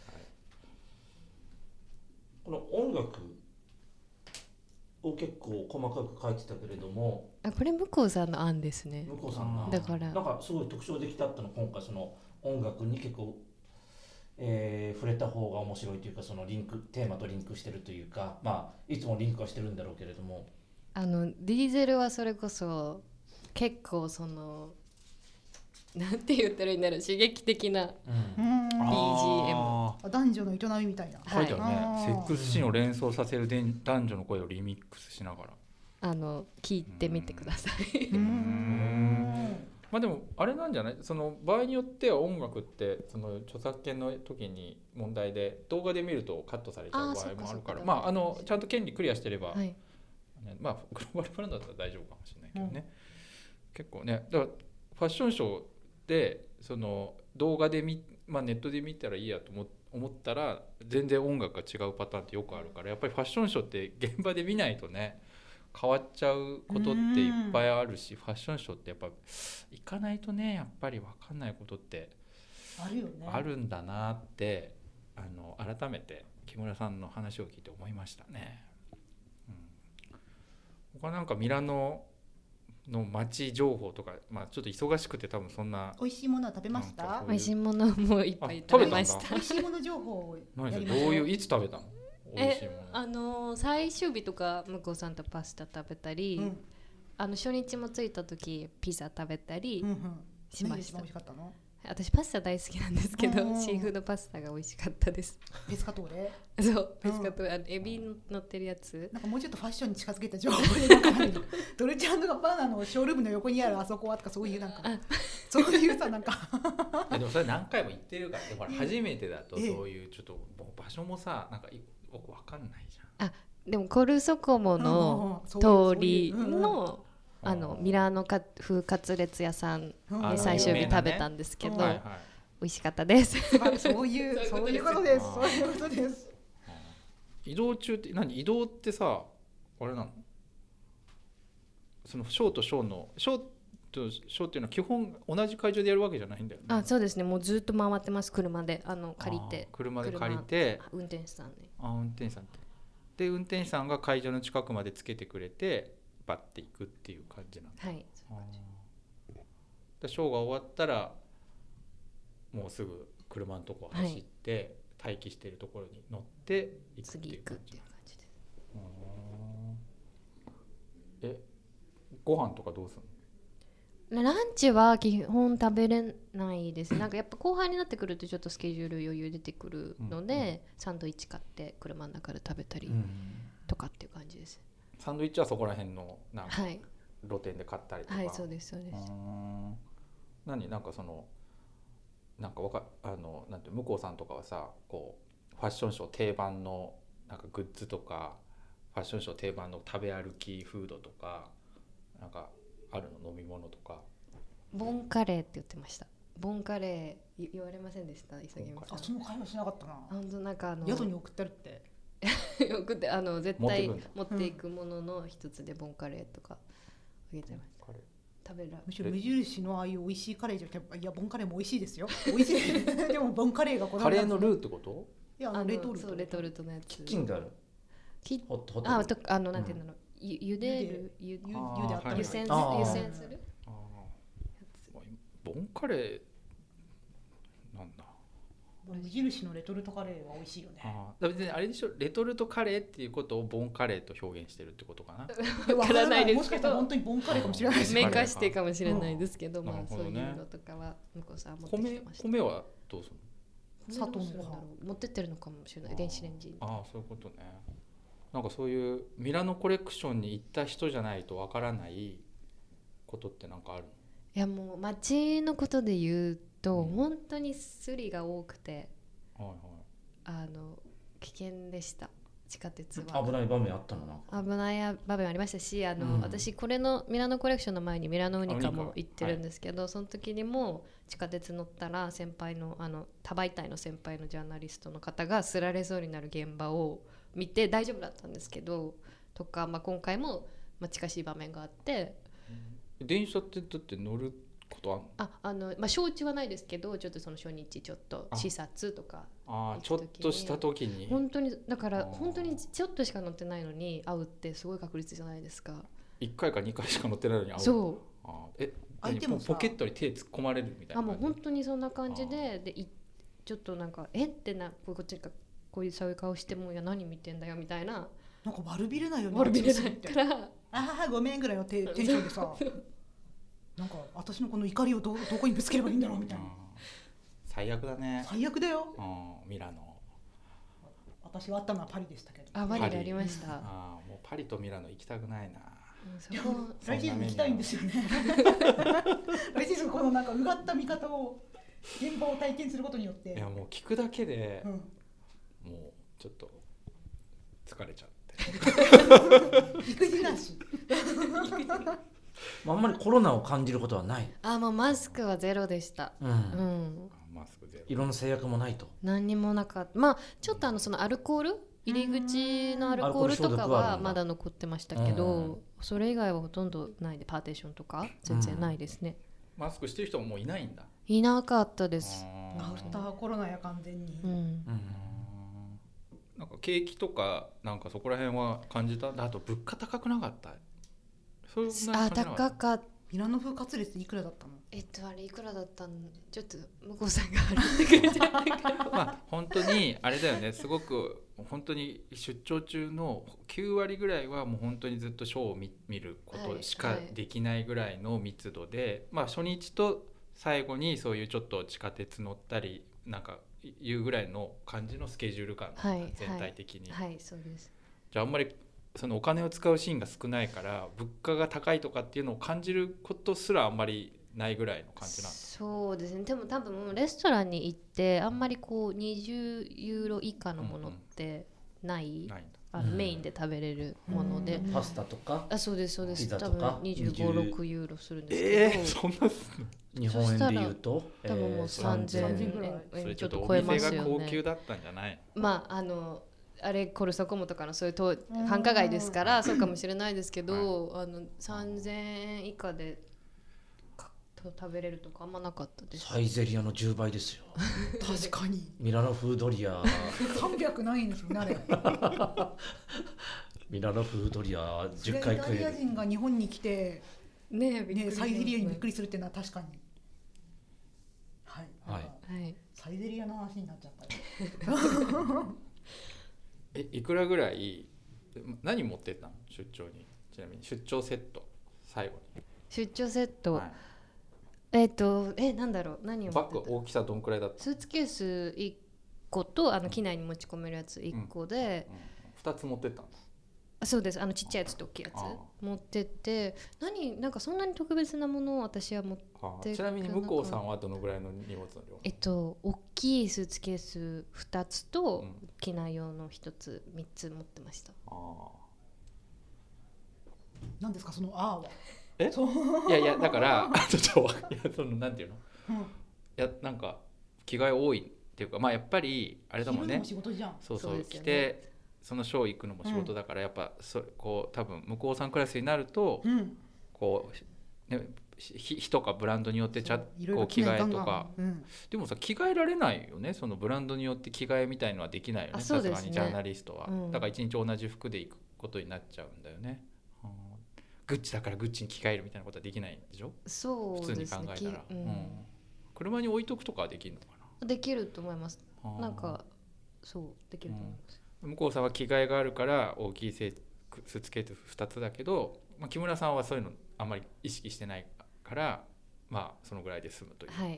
この音楽を結構細かく書いてたけれども、 あ、これ向こうさんの案ですね。 向こうさんがだからなんかすごい特徴的だったの、今回その音楽に結構、えー、触れた方が面白いというか、そのリンクテーマとリンクしてるというか、まあいつもリンクはしてるんだろうけれども、 あのディーゼルはそれこそ結構そのなんて言ったらいいんだろう、刺激的な ビージーエム、 男女の営みみたいな書いてあるね。セックスシーンを連想させる男女の声をリミックスしながらあの聞いてみてください。 うーんまあでもあれなんじゃない、その場合によっては音楽ってその著作権の時に問題で動画で見るとカットされちゃう場合もあるから、まああのちゃんと権利クリアしてれば、はい、まあグローバルブランドだったら大丈夫かもしれないけどね、うん、結構ね。だからファッションショーでその動画で見、まあ、ネットで見たらいいやと思ったら全然音楽が違うパターンってよくあるから、やっぱりファッションショーって現場で見ないとね変わっちゃうことっていっぱいあるし、ファッションショーってやっぱ行かないとねやっぱり分かんないことってあるよね。 あるんだなってあの改めて木村さんの話を聞いて思いましたね、うん、他なんかミラノの街情報とか、まあ、ちょっと忙しくて多分そんな美味しいものは食べました？ 美味しいものもいっぱい食べました。 美味しいもの情報をやりましょう。 どういういつ食べたの？美味しいもの。 え、あの最終日とか向こうさんとパスタ食べたり、うん、あの初日も着いた時ピザ食べたりしました。 うんうん、何が一番美味しかったの？ 私パスタ大好きなんですけど、シーフードパスタが美味しかったです。 ペスカトーレ？ そうペスカトーレ、うん、あのエビ乗ってるやつ。 なんかもうちょっとファッションに近づけた情報でドルチェ&ガッバーナのショールームの横にあるあそこはとかそういうなんかそういうさなんかでもそれ何回も言ってるから、でも初めてだとそういうちょっともう場所もさなんか僕分かんないじゃん。 あ、でもコルソコモの通りのあのミラーノ風カツレツ屋さんで最終日食べたんですけど、美味しかったです。 そういうそういうことです。そういうことです。 移動中って何？移動ってさあれなの？そのショーとショーのショーとショーっていうのは基本同じ会場でやるわけじゃないんだよね。 あ、そうですね。もうずっと回ってます。車であの借りて。 車で借りて。 運転手さんね。 あ、運転手さんって。で運転手さんが会場の近くまでつけてくれて。バッていくっていう感じなんだ。 はい、そういう感じ。 でショーが終わったらもうすぐ車のとこ走って、はい、待機しているところに乗って行くっていう感じ。次行くっていう感じです。え、ご飯とかどうするの？ランチは基本食べれないです。なんかやっぱ後半になってくるとちょっとスケジュール余裕出てくるので、うんうん、サンドイッチ買って車の中で食べたりとかっていう感じです。 うん、サンドイッチはそこら辺のなんか露店で買ったりとか。 はい、はい、そうですそうです。 何なんかそのなんかわかあのなんて向こうさんとかはさこうファッションショー定番のなんかグッズとかファッションショー定番の食べ歩きフードとかなんかあるの飲み物とか。 ボンカレーって言ってました。ボンカレー言われませんでした磯山さん。 あ、その会話しなかったな。 本当なんかあの宿に送ってるって送ってあの絶対持っていくものの一つでボンカレーとかあげてました。うん、食べらむしろ無印のああいう美味しいカレーじゃなくて、いやボンカレーも美味しいですよ。美味しいでもボンカレーがこカレーのルーってこと？ いやあのレトルト。 そうレトルトのやつ。 キッチンがある。 キホットホット。あとあのなんていうの、うん、ゆゆでるゆゆであったり湯煎する湯煎する。 ボンカレーなんだ。 無印のレトルトカレーは美味しいよね。 ああ、別にあれでしょ、レトルトカレーっていうことをボンカレーと表現してるってことかな。 わからないですけど、もしかしたら本当にボンカレーかもしれないです。 メカしてかもしれないですけど、まあそういうのとかは向こうさん持ってきてました。 米米はどうするの？砂糖の持ってってるのかもしれない。電子レンジに。 ああ、そういうことね。なんかそういうミラノコレクションに行った人じゃないとわからないことってなんかあるの？ いやもう街のことで言うと、うん、本当にスリが多くて、はいはい、あの危険でした。地下鉄は危ない場面あったの？なんか危ない場面ありましたし、あの、うん、私これのミラノコレクションの前にミラノウニカも行ってるんですけど、はい、その時にも地下鉄乗ったら先輩のあの多媒体の先輩のジャーナリストの方がすられそうになる現場を見て大丈夫だったんですけどとか、まあ、今回も、まあ、近しい場面があって、 うん、電車ってだって乗ることあんの？ ああの、まあ、承知はないですけどちょっとその初日ちょっと視察とかああちょっとした時に本当にだから本当にちょっとしか乗ってないのに会うってすごい確率じゃないですか。 いっかいかにかいしか乗ってないのに会う。 そうあえ相手もポケットに手突っ込まれるみたいな。 あもう本当にそんな感じででいちょっとなんかえってなこっちがこういうそういう顔してもいや何見てんだよみたいな。 なんか悪びれないよね。 悪びれないからああごめんぐらいのテンションでさなんか私のこの怒りを ど, どこにぶつければいいんだろうみたいな。 最悪だね。 最悪だよ。 うんミラノ。 私があったのはパリでしたけど。 あパリでありました。 あもうパリとミラノ行きたくないな。 そこ来シーズン行きたいんですよね。来シーズンこのなんかうがった見方を現場を体験することによって。 いやもう聞くだけで、うん、もうちょっと疲れちゃって。 育児なし。 あんまりコロナを感じることはない。 あもうマスクはゼロでした。うん。うん、 マスクゼロ。 いろんな制約もないと。 何にもなかった。まあちょっとあのそのアルコール入り口のアルコールとかはまだ残ってましたけど、それ以外はほとんどないでパーテーションとか全然ないですね。 うん、マスクしてる人ももういないんだ。 いなかったです。 アフターコロナや完全に。 うん。うんなんか景気とかなんかそこら辺は感じた。あと物価高くなかった？ そうあ高かった。 ミラノ風カツレツいくらだったの？ えっとあれいくらだったの？ちょっと向こうさんが払ってくれちゃったから。 まあ本当にあれだよね。すごく本当に出張中のきゅうわりぐらいはもう本当にずっとショーを 見, 見ることしかできないぐらいの密度で、はいはい、まあ初日と最後にそういうちょっと地下鉄乗ったりなんかいうぐらいの感じのスケジュール感、はい、全体的に。 はい、はい、そうです。 じゃああんまりそのお金を使うシーンが少ないから物価が高いとかっていうのを感じることすらあんまりないぐらいの感じなんです。 そうですね。でも多分レストランに行ってあんまりこうにじゅうユーロ以下のものってない、うんうん、ないんだ。あのメインで食べれるもので、 うん、パスタとかあそうですそうです。多分にじゅうご、ろくユーロするんですけど、 えー、そんな日本円で言うと多分もうさんぜんえんぐらいちょっと超えますよね。 それちょっとお店が高級だったんじゃない？ まああのあれコルサコモとかのそういう繁華街ですからそうかもしれないですけど、はい、あのさんぜんえん以下で食べれるとかあんまなかったです。 サイゼリアのじゅうばいですよ。 確かに。 ミラノフードリアさんびゃくないんですよねあれ。 ミラノフードリアじゅっかい食える。 イタリア人が日本に来て、 ねえ、 ね、サイゼリアにびっくりするっていうのは確かに。はい、 はい、 サイゼリヤの話になっちゃったよえいくらぐらい何持ってったの出張に。ちなみに出張セット最後に出張セット、はい、えっ、ー、とえなんだろう何を持ってた。 バッグ大きさどんくらいだった。 スーツケースいっことあの機内に持ち込めるやついっこで、うんうんうん、 ふたつ持ってったんだ。 あそうです。あのちっちゃいやつと大きいやつ持ってって何なんかそんなに特別なものを私は持ってちなみに向こうさんはどのぐらいの荷物の量。 えっと大きいスーツケースふたつと、うん、機内用のひとつみっつ持ってました。あ何ですかそのあーは。 えいやいやだからちょっといやそのなんていうの、うん、いやなんか着替え多いっていうかまあやっぱりあれだもんね。 仕事じゃん。 そうそう、ね、着てそのショー行くのも仕事だから、うん、やっぱそこう多分向こうさんクラスになると、うん、こう、ね、日とかブランドによってちゃこう着替えとか、うん、でもさ着替えられないよね。そのブランドによって着替えみたいのはできないよね。さすがにジャーナリストは、うん、だから一日同じ服で行くことになっちゃうんだよね。グッチだからグッチに着替えるみたいなことはできないんでしょ。 そうですね、 普通に考えたら、うんうん、車に置いとくとかはできるのかな。 できると思います。なんかそうできると思います、 うん、向こうさんは着替えがあるから大きいスーツケースふたつだけど、まあ、木村さんはそういうのあんまり意識してないからまあそのぐらいで済むという。 はい、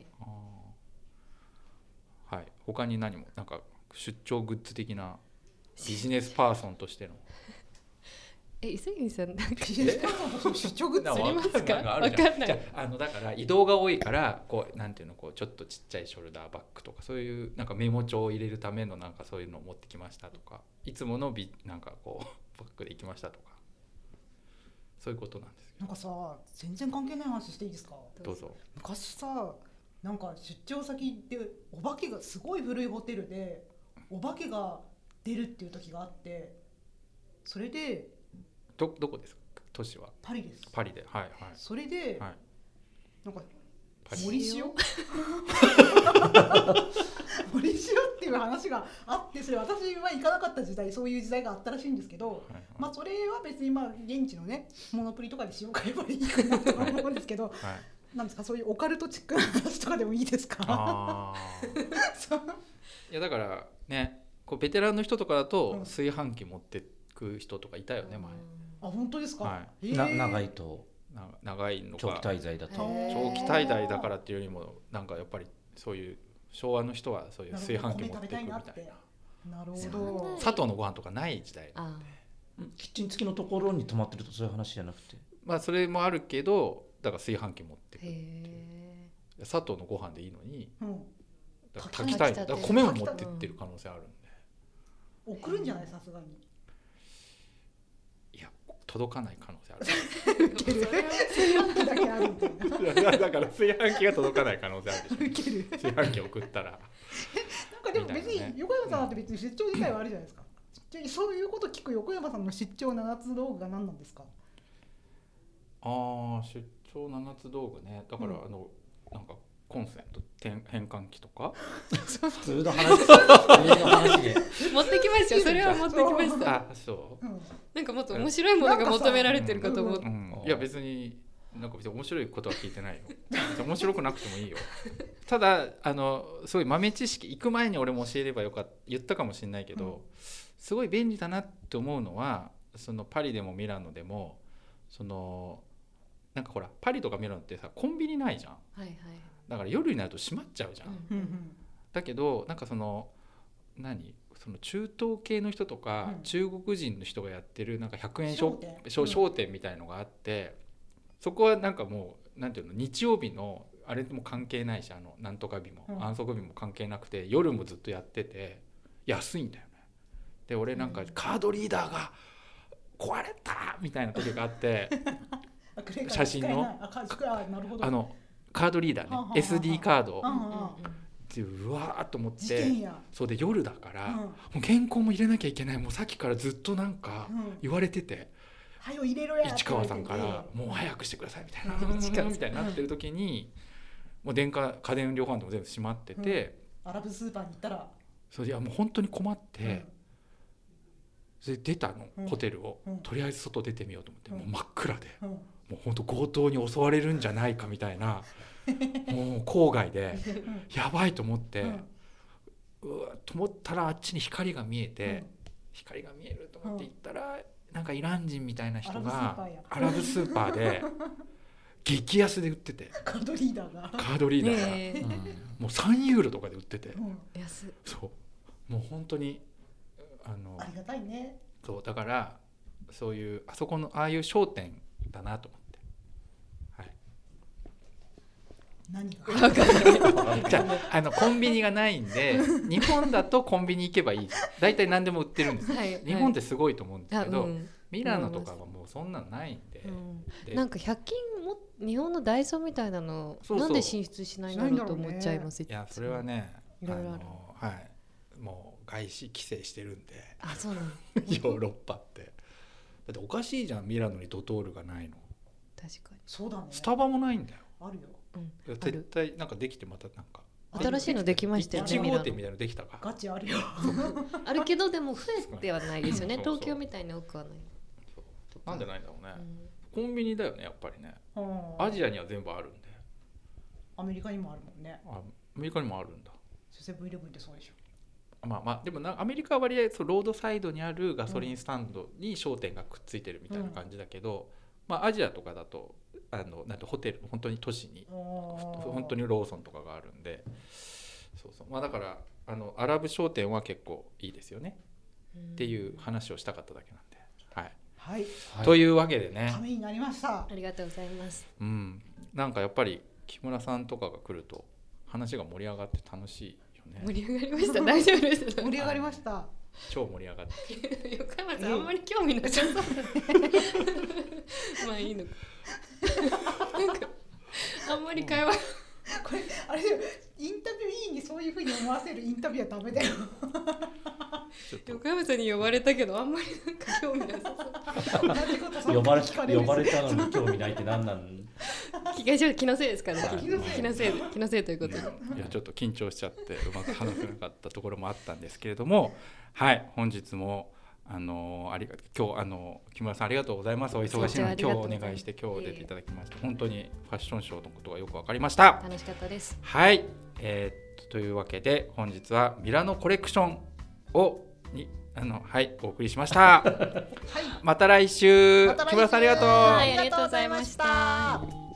あ、はい、他に何もなんか出張グッズ的なビジネスパーソンとしてのえ、伊勢海さんなんか出張グッズありますか？わかんない。 あのだから移動が多いからこうなんていうのこうちょっとちっちゃいショルダーバッグとかそういうなんかメモ帳を入れるためのなんかそういうのを持ってきましたとか、いつものビなんかこうバッグで行きましたとか、そういうことなんですよ。 なんかさ全然関係ない話していいですか？ どうぞ。 昔さなんか出張先でお化けがすごい古いホテルでお化けが出るっていう時があって、それでど, どこですか？都市はパリです。 パリで、はいはい。 それで、はい、なんか森塩森塩っていう話があって、それ私は行かなかった時代そういう時代があったらしいんですけど、はいはい、まあそれは別にまあ現地のねモノプリとかで塩買えばいいかなと思うんですけど、はい、なんですかそういうオカルトチックな話とかでもいいですか？あいやだからねこうベテランの人とかだと炊飯器持ってく人とかいたよね、うん、前。 あ、本当ですか？ はい、 な長いと長いのか長期滞在だと長期滞在だからっていうよりもなんかやっぱりそういう昭和の人はそういう炊飯器持ってくみたいな。 なるほど。 砂糖のご飯とかない時代なんで、 キッチン付きのところに泊まってるとそういう話じゃなくて、 まあそれもあるけどだから炊飯器持ってくる。砂糖のご飯でいいのに、うん、だから炊きたい。だから米も持ってってる可能性あるんで。 送るんじゃないさすがに。 届かない可能性ある。 炊飯器だけあるみたいな。 だから炊飯器が届かない可能性あるでしょ。炊飯器送ったら。なんかでも別に横山さんって別に出張自体はあるじゃないですか。うん、そういうこと聞く横山さんの出張ななつ道具が何なんですか？ ああ出張ななつ道具ね。だから、うん、あのなんかコンセント変換器とか普通の話普通の話で持ってきましたよ。それは持ってきました。 あ、そう、うん、 なんかもっと面白いものが求められてるかと思って、 うんうん、いや別になんか別に面白いことは聞いてないよ。面白くなくてもいいよ。ただあのすごい豆知識行く前に俺も教えればよかった言ったかもしれないけど、うん、すごい便利だなって思うのはそのパリでもミラノでもそのなんかほらパリとかミラノってさコンビニないじゃん、 はいはい、 だから夜になると閉まっちゃうじゃん、うん、だけどなんかその何その中東系の人とか、うん、中国人の人がやってるなんかひゃくえん商店、商店みたいのがあって、うん、そこはなんかもうなんていうの日曜日のあれも関係ないしあのなんとか日も、うん、安息日も関係なくて夜もずっとやってて安いんだよね。で俺なんかカードリーダーが壊れたみたいな時があって写真のあのカードリーダーね、はははは エスディー カードでうわーっと思ってそうで夜だから、うん、もう原稿も入れなきゃいけない。もうさっきからずっとなんか言われてて、 うん、入れろや市川さんからもう早くしてくださいみたいな、うん、みたいになってる時に、うん、もう電化家電量販店も全部閉まってて、 うん、アラブスーパーに行ったらそれいやもう本当に困って、うん、それで出たの、うん、ホテルを、うん、とりあえず外出てみようと思って、うん、もう真っ暗で、うん、もう本当強盗に襲われるんじゃないかみたいなもう郊外でやばいと思って、うん、うわと思ったらあっちに光が見えて、うん、光が見えると思って行ったら、うん、なんかイラン人みたいな人がアラブスーパーで激安で売っててカードリーダーがカードリーダーが、ねうん、もうさんユーロとかで売ってて、うん、 安そうもう本当にあのありがたいね。 そうだからそういうあそこのああいう商店だなと思って、はい、 何がじゃあ、あのコンビニがないんで日本だとコンビニ行けばいいだいたい何でも売ってるんです、はい、日本ってすごいと思うんですけど、はい、ミラノとかはもうそんなのないんで、 うん、でなんかひゃく均も日本のダイソーみたいなのそうそうなんで進出しないんだろうと思っちゃいます。 いやそれはねいろいろあるあの、はい、もう外資規制してるんであそうなのヨーロッパってだっておかしいじゃんミラノにドトールがないの。 確かにそうだね。 スタバもないんだよ。 あるよ、 うん、絶対なんかできてまたなんか新しいのできましたよね。 いち号店みたいなのできたかガチあるよあるけどでも増えてはないですよねそうそう東京みたいに多くはない。 なんでないんだろうね、うん、コンビニだよねやっぱりね。アジアには全部あるんで。 アメリカにもあるもんね。 あアメリカにもあるんだ。 セブンイレブンってそうでしょ。 まあまあでもなアメリカは割合そうロードサイドにあるガソリンスタンドに商店がくっついてるみたいな感じだけど、うんまあ、アジアとかだとあのなんてホテル本当に都市に本当にローソンとかがあるんでそうそう、まあ、だからあのアラブ商店は結構いいですよねっていう話をしたかっただけなんで、はいはい、 というわけでねためになりました。 ありがとうございます、 うん、なんかやっぱり木村さんとかが来ると話が盛り上がって楽しいよね。 盛り上がりました大丈夫です盛り上がりました超盛り上がって横山さんあんまり興味なさそうだねまあいいのかなんかあんまり会話これあれインタビューいいにそういう風に思わせるインタビューはダメだよ横山さんに呼ばれたけどあんまりなんか興味なさそう同じこと呼ばれ呼ばれたのに興味ないって何なん気のせいですからね。気のせい、気のせい、気のせいということで。いやちょっと緊張しちゃってうまく話せなかったところもあったんですけれども、はい本日もあのありが今日あの木村さんありがとうございます。お忙しいのに今日お願いして今日出ていただきまして本当にファッションショーのことがよく分かりました。 楽しかったです。 はい、えー、というわけで本日はミラノコレクションをにあのはいお送りしました。はい、また来週、また来週木村さんありがとう。 はい、ありがとうございました。